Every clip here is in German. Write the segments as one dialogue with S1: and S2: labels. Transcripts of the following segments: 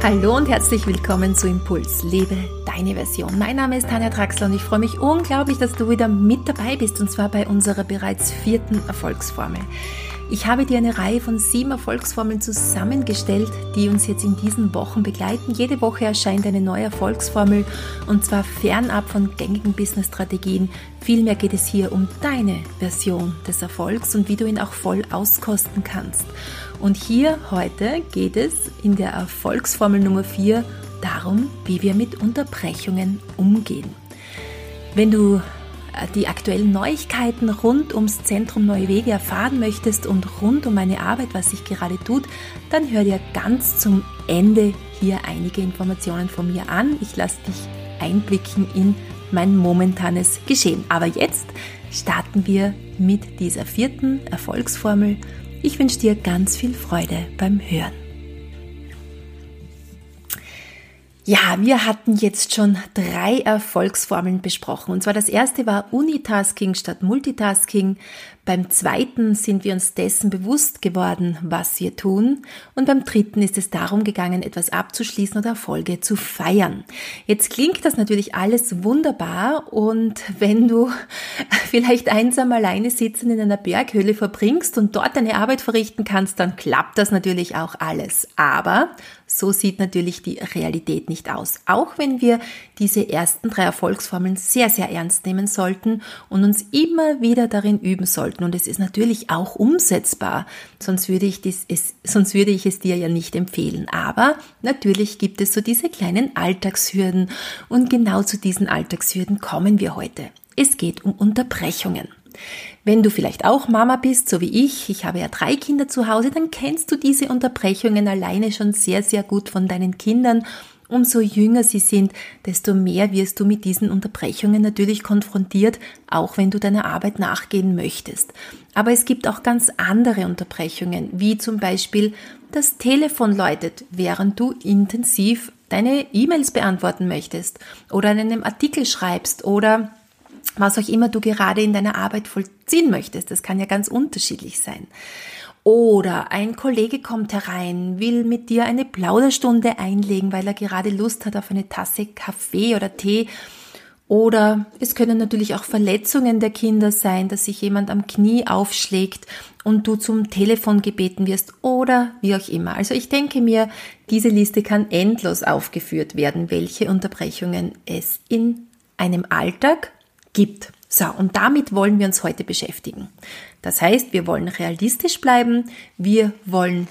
S1: Hallo und herzlich willkommen zu Impuls, lebe deine Version. Mein Name ist Tanja Traxler und ich freue mich unglaublich, dass du wieder mit dabei bist, und zwar bei unserer bereits 4. Erfolgsformel. Ich habe dir eine Reihe von 7 Erfolgsformeln zusammengestellt, die uns jetzt in diesen Wochen begleiten. Jede Woche erscheint eine neue Erfolgsformel, und zwar fernab von gängigen Business-Strategien. Vielmehr geht es hier um deine Version des Erfolgs und wie du ihn auch voll auskosten kannst. Und hier heute geht es in der Erfolgsformel Nummer 4 darum, wie wir mit Unterbrechungen umgehen. Wenn du die aktuellen Neuigkeiten rund ums Zentrum Neue Wege erfahren möchtest und rund um meine Arbeit, was sich gerade tut, dann hör dir ganz zum Ende hier einige Informationen von mir an. Ich lasse dich einblicken in mein momentanes Geschehen. Aber jetzt starten wir mit dieser 4. Erfolgsformel. Ich wünsche dir ganz viel Freude beim Hören. Ja, wir hatten jetzt schon 3 Erfolgsformeln besprochen. Und zwar das erste war Unitasking statt Multitasking. Beim zweiten sind wir uns dessen bewusst geworden, was wir tun. Und beim dritten ist es darum gegangen, etwas abzuschließen oder Erfolge zu feiern. Jetzt klingt das natürlich alles wunderbar, und wenn du vielleicht einsam alleine sitzend in einer Berghöhle verbringst und dort deine Arbeit verrichten kannst, dann klappt das natürlich auch alles. Aber so sieht natürlich die Realität nicht aus. Auch wenn wir diese ersten 3 Erfolgsformeln sehr, sehr ernst nehmen sollten und uns immer wieder darin üben sollten. Und es ist natürlich auch umsetzbar, sonst würde ich es dir ja nicht empfehlen. Aber natürlich gibt es so diese kleinen Alltagshürden, und genau zu diesen Alltagshürden kommen wir heute. Es geht um Unterbrechungen. Wenn du vielleicht auch Mama bist, so wie ich habe ja 3 Kinder zu Hause, dann kennst du diese Unterbrechungen alleine schon sehr, sehr gut von deinen Kindern. Umso jünger sie sind, desto mehr wirst du mit diesen Unterbrechungen natürlich konfrontiert, auch wenn du deiner Arbeit nachgehen möchtest. Aber es gibt auch ganz andere Unterbrechungen, wie zum Beispiel das Telefon läutet, während du intensiv deine E-Mails beantworten möchtest oder einen Artikel schreibst oder was auch immer du gerade in deiner Arbeit vollziehen möchtest. Das kann ja ganz unterschiedlich sein. Oder ein Kollege kommt herein, will mit dir eine Plauderstunde einlegen, weil er gerade Lust hat auf eine Tasse Kaffee oder Tee. Oder es können natürlich auch Verletzungen der Kinder sein, dass sich jemand am Knie aufschlägt und du zum Telefon gebeten wirst oder wie auch immer. Also ich denke mir, diese Liste kann endlos aufgeführt werden, welche Unterbrechungen es in einem Alltag gibt. So, und damit wollen wir uns heute beschäftigen. Das heißt, wir wollen realistisch bleiben, wir wollen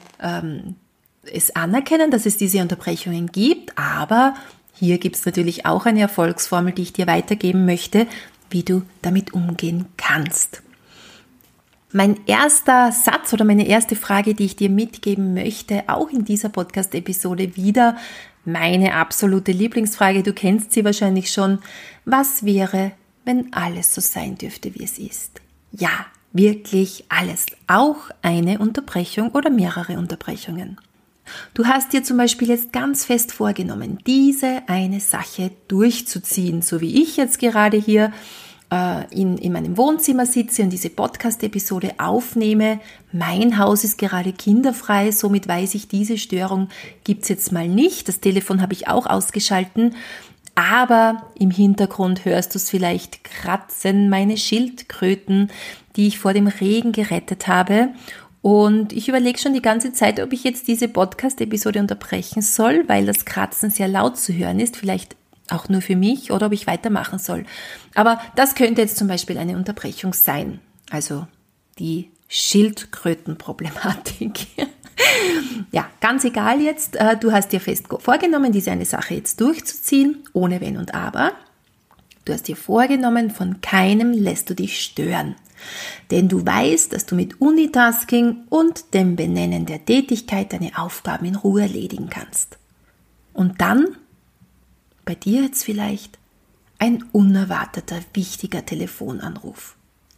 S1: es anerkennen, dass es diese Unterbrechungen gibt, aber hier gibt es natürlich auch eine Erfolgsformel, die ich dir weitergeben möchte, wie du damit umgehen kannst. Mein erster Satz oder meine erste Frage, die ich dir mitgeben möchte, auch in dieser Podcast-Episode wieder meine absolute Lieblingsfrage, du kennst sie wahrscheinlich schon: Was wäre, wenn alles so sein dürfte, wie es ist? Ja, wirklich alles. Auch eine Unterbrechung oder mehrere Unterbrechungen. Du hast dir zum Beispiel jetzt ganz fest vorgenommen, diese eine Sache durchzuziehen, so wie ich jetzt gerade hier in meinem Wohnzimmer sitze und diese Podcast-Episode aufnehme. Mein Haus ist gerade kinderfrei, somit weiß ich, diese Störung gibt's jetzt mal nicht. Das Telefon habe ich auch ausgeschalten. Aber im Hintergrund hörst du es vielleicht kratzen, meine Schildkröten, die ich vor dem Regen gerettet habe. Und ich überlege schon die ganze Zeit, ob ich jetzt diese Podcast-Episode unterbrechen soll, weil das Kratzen sehr laut zu hören ist, vielleicht auch nur für mich, oder ob ich weitermachen soll. Aber das könnte jetzt zum Beispiel eine Unterbrechung sein. Also die Schildkrötenproblematik. Ja, ganz egal jetzt, du hast dir fest vorgenommen, diese eine Sache jetzt durchzuziehen, ohne Wenn und Aber. Du hast dir vorgenommen, von keinem lässt du dich stören. Denn du weißt, dass du mit Unitasking und dem Benennen der Tätigkeit deine Aufgaben in Ruhe erledigen kannst. Und dann, bei dir jetzt vielleicht, ein unerwarteter, wichtiger Telefonanruf.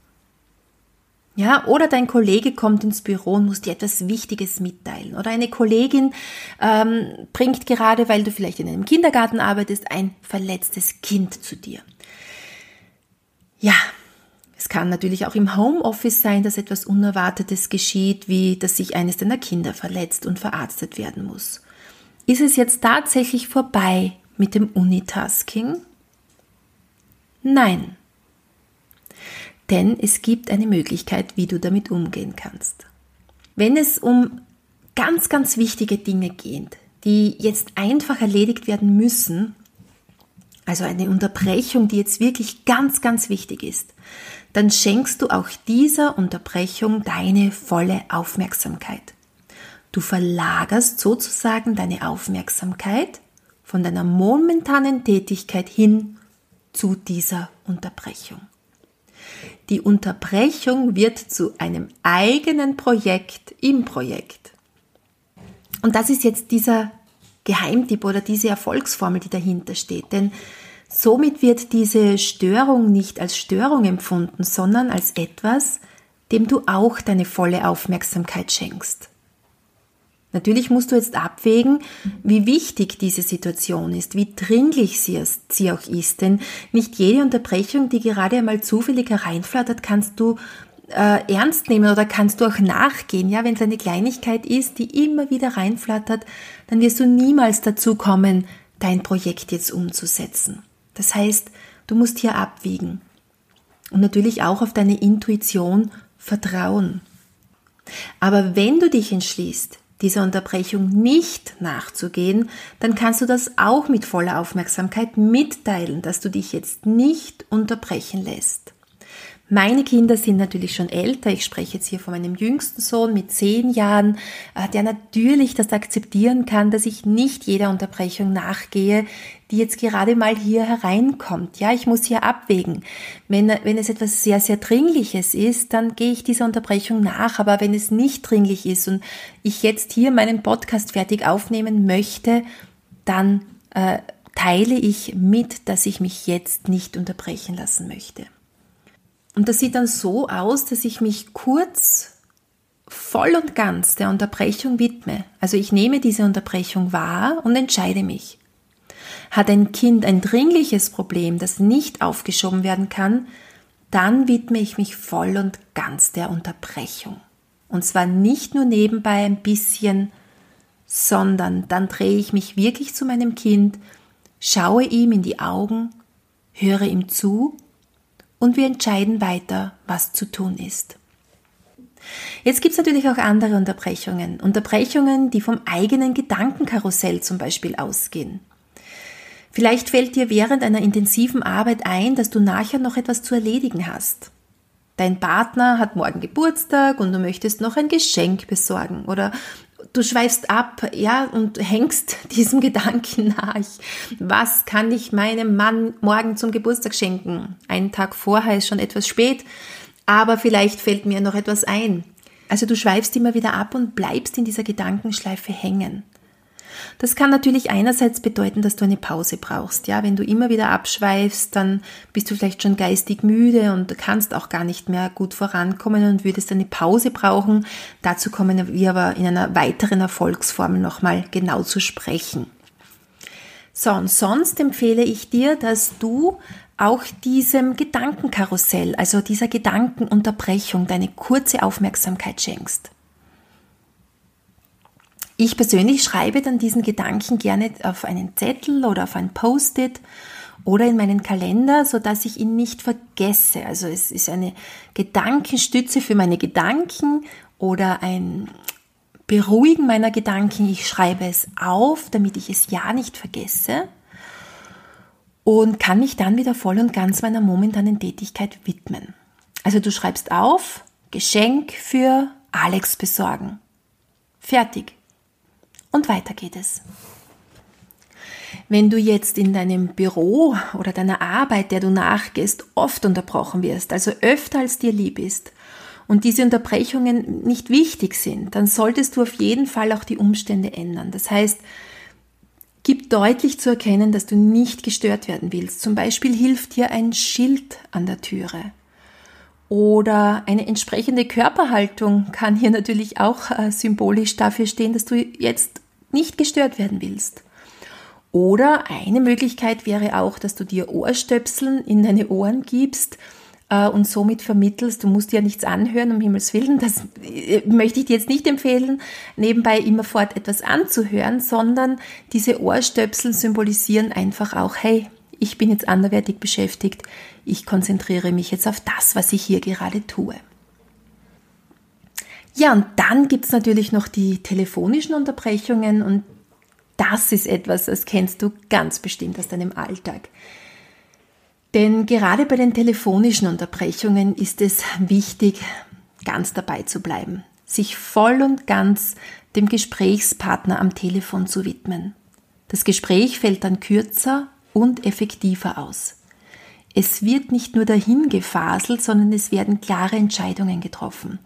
S1: Ja, oder dein Kollege kommt ins Büro und muss dir etwas Wichtiges mitteilen. Oder eine Kollegin bringt gerade, weil du vielleicht in einem Kindergarten arbeitest, ein verletztes Kind zu dir. Ja, es kann natürlich auch im Homeoffice sein, dass etwas Unerwartetes geschieht, wie dass sich eines deiner Kinder verletzt und verarztet werden muss. ist es jetzt tatsächlich vorbei mit dem Unitasking? Nein. Denn es gibt eine Möglichkeit, wie du damit umgehen kannst. Wenn es um ganz, ganz wichtige Dinge geht, die jetzt einfach erledigt werden müssen, also eine Unterbrechung, die jetzt wirklich ganz, ganz wichtig ist, dann schenkst du auch dieser Unterbrechung deine volle Aufmerksamkeit. Du verlagerst sozusagen deine Aufmerksamkeit von deiner momentanen Tätigkeit hin zu dieser Unterbrechung. Die Unterbrechung wird zu einem eigenen Projekt im Projekt. Und das ist jetzt dieser Geheimtipp oder diese Erfolgsformel, die dahinter steht. Denn somit wird diese Störung nicht als Störung empfunden, sondern als etwas, dem du auch deine volle Aufmerksamkeit schenkst. Natürlich musst du jetzt abwägen, wie wichtig diese Situation ist, wie dringlich sie auch ist. Denn nicht jede Unterbrechung, die gerade einmal zufällig hereinflattert, kannst du ernst nehmen oder kannst du auch nachgehen. Ja, wenn es eine Kleinigkeit ist, die immer wieder reinflattert, dann wirst du niemals dazu kommen, dein Projekt jetzt umzusetzen. Das heißt, du musst hier abwägen und natürlich auch auf deine Intuition vertrauen. Aber wenn du dich entschließt, dieser Unterbrechung nicht nachzugehen, dann kannst du das auch mit voller Aufmerksamkeit mitteilen, dass du dich jetzt nicht unterbrechen lässt. Meine Kinder sind natürlich schon älter. Ich spreche jetzt hier von meinem jüngsten Sohn mit 10 Jahren, der natürlich das akzeptieren kann, dass ich nicht jeder Unterbrechung nachgehe, die jetzt gerade mal hier hereinkommt. Ja, ich muss hier abwägen. Wenn es etwas sehr, sehr Dringliches ist, dann gehe ich dieser Unterbrechung nach. Aber wenn es nicht dringlich ist und ich jetzt hier meinen Podcast fertig aufnehmen möchte, dann teile ich mit, dass ich mich jetzt nicht unterbrechen lassen möchte. Und das sieht dann so aus, dass ich mich kurz voll und ganz der Unterbrechung widme. Also ich nehme diese Unterbrechung wahr und entscheide mich. Hat ein Kind ein dringliches Problem, das nicht aufgeschoben werden kann, dann widme ich mich voll und ganz der Unterbrechung. Und zwar nicht nur nebenbei ein bisschen, sondern dann drehe ich mich wirklich zu meinem Kind, schaue ihm in die Augen, höre ihm zu und wir entscheiden weiter, was zu tun ist. Jetzt gibt es natürlich auch andere Unterbrechungen. Unterbrechungen, die vom eigenen Gedankenkarussell zum Beispiel ausgehen. Vielleicht fällt dir während einer intensiven Arbeit ein, dass du nachher noch etwas zu erledigen hast. Dein Partner hat morgen Geburtstag und du möchtest noch ein Geschenk besorgen oder du schweifst ab, ja, und hängst diesem Gedanken nach. Was kann ich meinem Mann morgen zum Geburtstag schenken? Einen Tag vorher ist schon etwas spät, aber vielleicht fällt mir noch etwas ein. Also du schweifst immer wieder ab und bleibst in dieser Gedankenschleife hängen. Das kann natürlich einerseits bedeuten, dass du eine Pause brauchst. Ja, wenn du immer wieder abschweifst, dann bist du vielleicht schon geistig müde und kannst auch gar nicht mehr gut vorankommen und würdest eine Pause brauchen. Dazu kommen wir aber in einer weiteren Erfolgsformel nochmal genau zu sprechen. So, und sonst empfehle ich dir, dass du auch diesem Gedankenkarussell, also dieser Gedankenunterbrechung, deine kurze Aufmerksamkeit schenkst. Ich persönlich schreibe dann diesen Gedanken gerne auf einen Zettel oder auf ein Post-it oder in meinen Kalender, sodass ich ihn nicht vergesse. Also es ist eine Gedankenstütze für meine Gedanken oder ein Beruhigen meiner Gedanken. Ich schreibe es auf, damit ich es ja nicht vergesse und kann mich dann wieder voll und ganz meiner momentanen Tätigkeit widmen. Also du schreibst auf, Geschenk für Alex besorgen. Fertig. Und weiter geht es. Wenn du jetzt in deinem Büro oder deiner Arbeit, der du nachgehst, oft unterbrochen wirst, also öfter als dir lieb ist und diese Unterbrechungen nicht wichtig sind, dann solltest du auf jeden Fall auch die Umstände ändern. Das heißt, gib deutlich zu erkennen, dass du nicht gestört werden willst. Zum Beispiel hilft dir ein Schild an der Türe. Oder eine entsprechende Körperhaltung kann hier natürlich auch symbolisch dafür stehen, dass du jetzt nicht gestört werden willst. Oder eine Möglichkeit wäre auch, dass du dir Ohrstöpseln in deine Ohren gibst, und somit vermittelst, du musst dir ja nichts anhören, um Himmels Willen, das möchte ich dir jetzt nicht empfehlen, nebenbei immerfort etwas anzuhören, sondern diese Ohrstöpsel symbolisieren einfach auch, hey, ich bin jetzt anderweitig beschäftigt, ich konzentriere mich jetzt auf das, was ich hier gerade tue. Ja, und dann gibt's natürlich noch die telefonischen Unterbrechungen und das ist etwas, das kennst du ganz bestimmt aus deinem Alltag. Denn gerade bei den telefonischen Unterbrechungen ist es wichtig, ganz dabei zu bleiben, sich voll und ganz dem Gesprächspartner am Telefon zu widmen. Das Gespräch fällt dann kürzer und effektiver aus. Es wird nicht nur dahin gefaselt, sondern es werden klare Entscheidungen getroffen.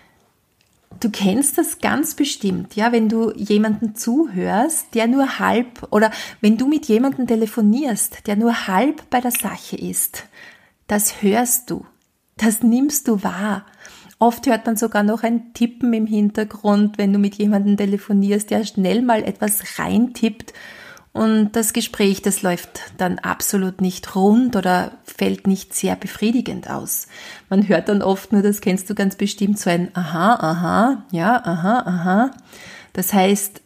S1: Du kennst das ganz bestimmt, ja, wenn du jemanden zuhörst, der nur halb, oder wenn du mit jemandem telefonierst, der nur halb bei der Sache ist. Das hörst du, das nimmst du wahr. Oft hört man sogar noch ein Tippen im Hintergrund, wenn du mit jemandem telefonierst, der schnell mal etwas reintippt. Und das Gespräch, das läuft dann absolut nicht rund oder fällt nicht sehr befriedigend aus. Man hört dann oft nur, das kennst du ganz bestimmt, so ein Aha, aha, ja, aha, aha. Das heißt,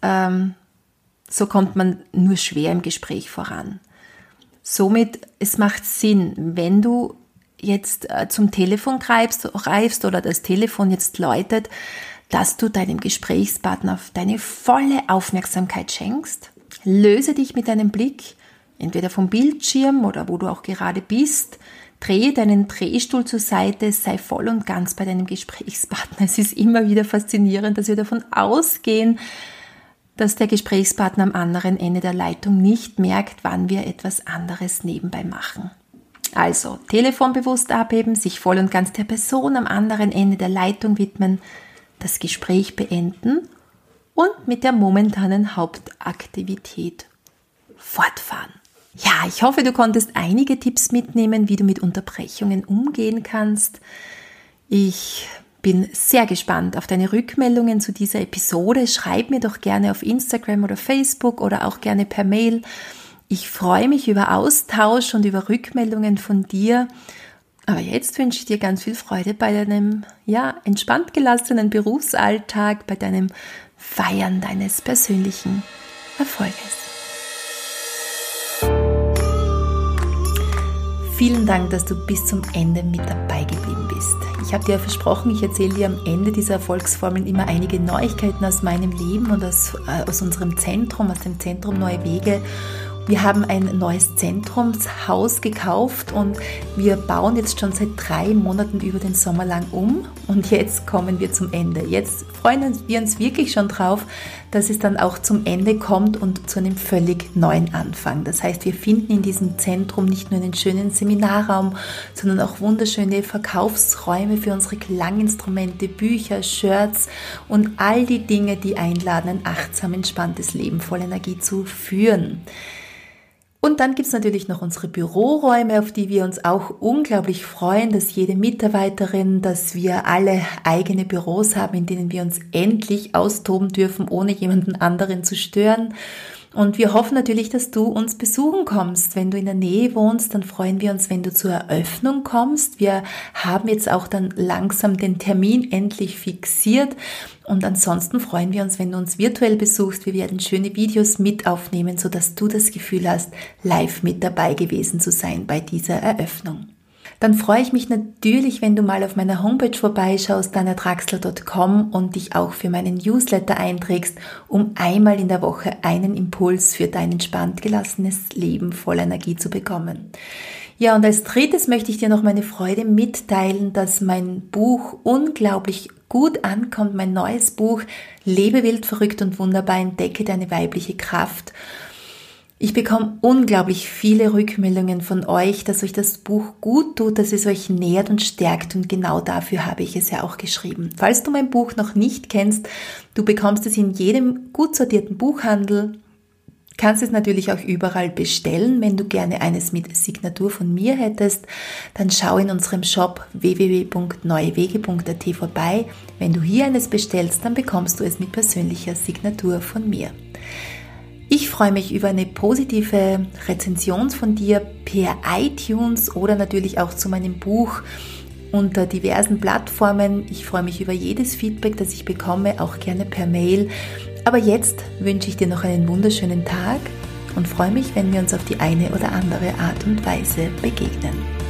S1: so kommt man nur schwer im Gespräch voran. Somit, es macht Sinn, wenn du jetzt zum Telefon greifst oder das Telefon jetzt läutet, dass du deinem Gesprächspartner deine volle Aufmerksamkeit schenkst. Löse dich mit deinem Blick, entweder vom Bildschirm oder wo du auch gerade bist, drehe deinen Drehstuhl zur Seite, sei voll und ganz bei deinem Gesprächspartner. Es ist immer wieder faszinierend, dass wir davon ausgehen, dass der Gesprächspartner am anderen Ende der Leitung nicht merkt, wann wir etwas anderes nebenbei machen. Also, Telefon bewusst abheben, sich voll und ganz der Person am anderen Ende der Leitung widmen, das Gespräch beenden und mit der momentanen Hauptaktivität fortfahren. Ja, ich hoffe, du konntest einige Tipps mitnehmen, wie du mit Unterbrechungen umgehen kannst. Ich bin sehr gespannt auf deine Rückmeldungen zu dieser Episode. Schreib mir doch gerne auf Instagram oder Facebook oder auch gerne per Mail. Ich freue mich über Austausch und über Rückmeldungen von dir. Aber jetzt wünsche ich dir ganz viel Freude bei deinem entspannt gelassenen Berufsalltag, bei deinem Feiern deines persönlichen Erfolges. Vielen Dank, dass du bis zum Ende mit dabei geblieben bist. Ich habe dir versprochen, ich erzähle dir am Ende dieser Erfolgsformeln immer einige Neuigkeiten aus meinem Leben und aus unserem Zentrum, aus dem Zentrum Neue Wege. Wir haben ein neues Zentrumshaus gekauft und wir bauen jetzt schon seit 3 Monaten über den Sommer lang um und jetzt kommen wir zum Ende. Jetzt freuen wir uns wirklich schon drauf, dass es dann auch zum Ende kommt und zu einem völlig neuen Anfang. Das heißt, wir finden in diesem Zentrum nicht nur einen schönen Seminarraum, sondern auch wunderschöne Verkaufsräume für unsere Klanginstrumente, Bücher, Shirts und all die Dinge, die einladen, ein achtsam, entspanntes Leben voll Energie zu führen. Und dann gibt es natürlich noch unsere Büroräume, auf die wir uns auch unglaublich freuen, dass jede Mitarbeiterin, dass wir alle eigene Büros haben, in denen wir uns endlich austoben dürfen, ohne jemanden anderen zu stören. Und wir hoffen natürlich, dass du uns besuchen kommst. Wenn du in der Nähe wohnst, dann freuen wir uns, wenn du zur Eröffnung kommst. Wir haben jetzt auch dann langsam den Termin endlich fixiert. Und ansonsten freuen wir uns, wenn du uns virtuell besuchst. Wir werden schöne Videos mit aufnehmen, sodass du das Gefühl hast, live mit dabei gewesen zu sein bei dieser Eröffnung. Dann freue ich mich natürlich, wenn du mal auf meiner Homepage vorbeischaust, danadraxler.com und dich auch für meinen Newsletter einträgst, um einmal in der Woche einen Impuls für dein entspannt gelassenes Leben voller Energie zu bekommen. Ja, und als drittes möchte ich dir noch meine Freude mitteilen, dass mein Buch unglaublich gut ankommt, mein neues Buch Lebe wild, verrückt und wunderbar, entdecke deine weibliche Kraft. Ich bekomme unglaublich viele Rückmeldungen von euch, dass euch das Buch gut tut, dass es euch nährt und stärkt und genau dafür habe ich es ja auch geschrieben. Falls du mein Buch noch nicht kennst, du bekommst es in jedem gut sortierten Buchhandel, kannst es natürlich auch überall bestellen. Wenn du gerne eines mit Signatur von mir hättest, dann schau in unserem Shop www.neuewege.at vorbei. Wenn du hier eines bestellst, dann bekommst du es mit persönlicher Signatur von mir. Ich freue mich über eine positive Rezension von dir per iTunes oder natürlich auch zu meinem Buch unter diversen Plattformen. Ich freue mich über jedes Feedback, das ich bekomme, auch gerne per Mail. Aber jetzt wünsche ich dir noch einen wunderschönen Tag und freue mich, wenn wir uns auf die eine oder andere Art und Weise begegnen.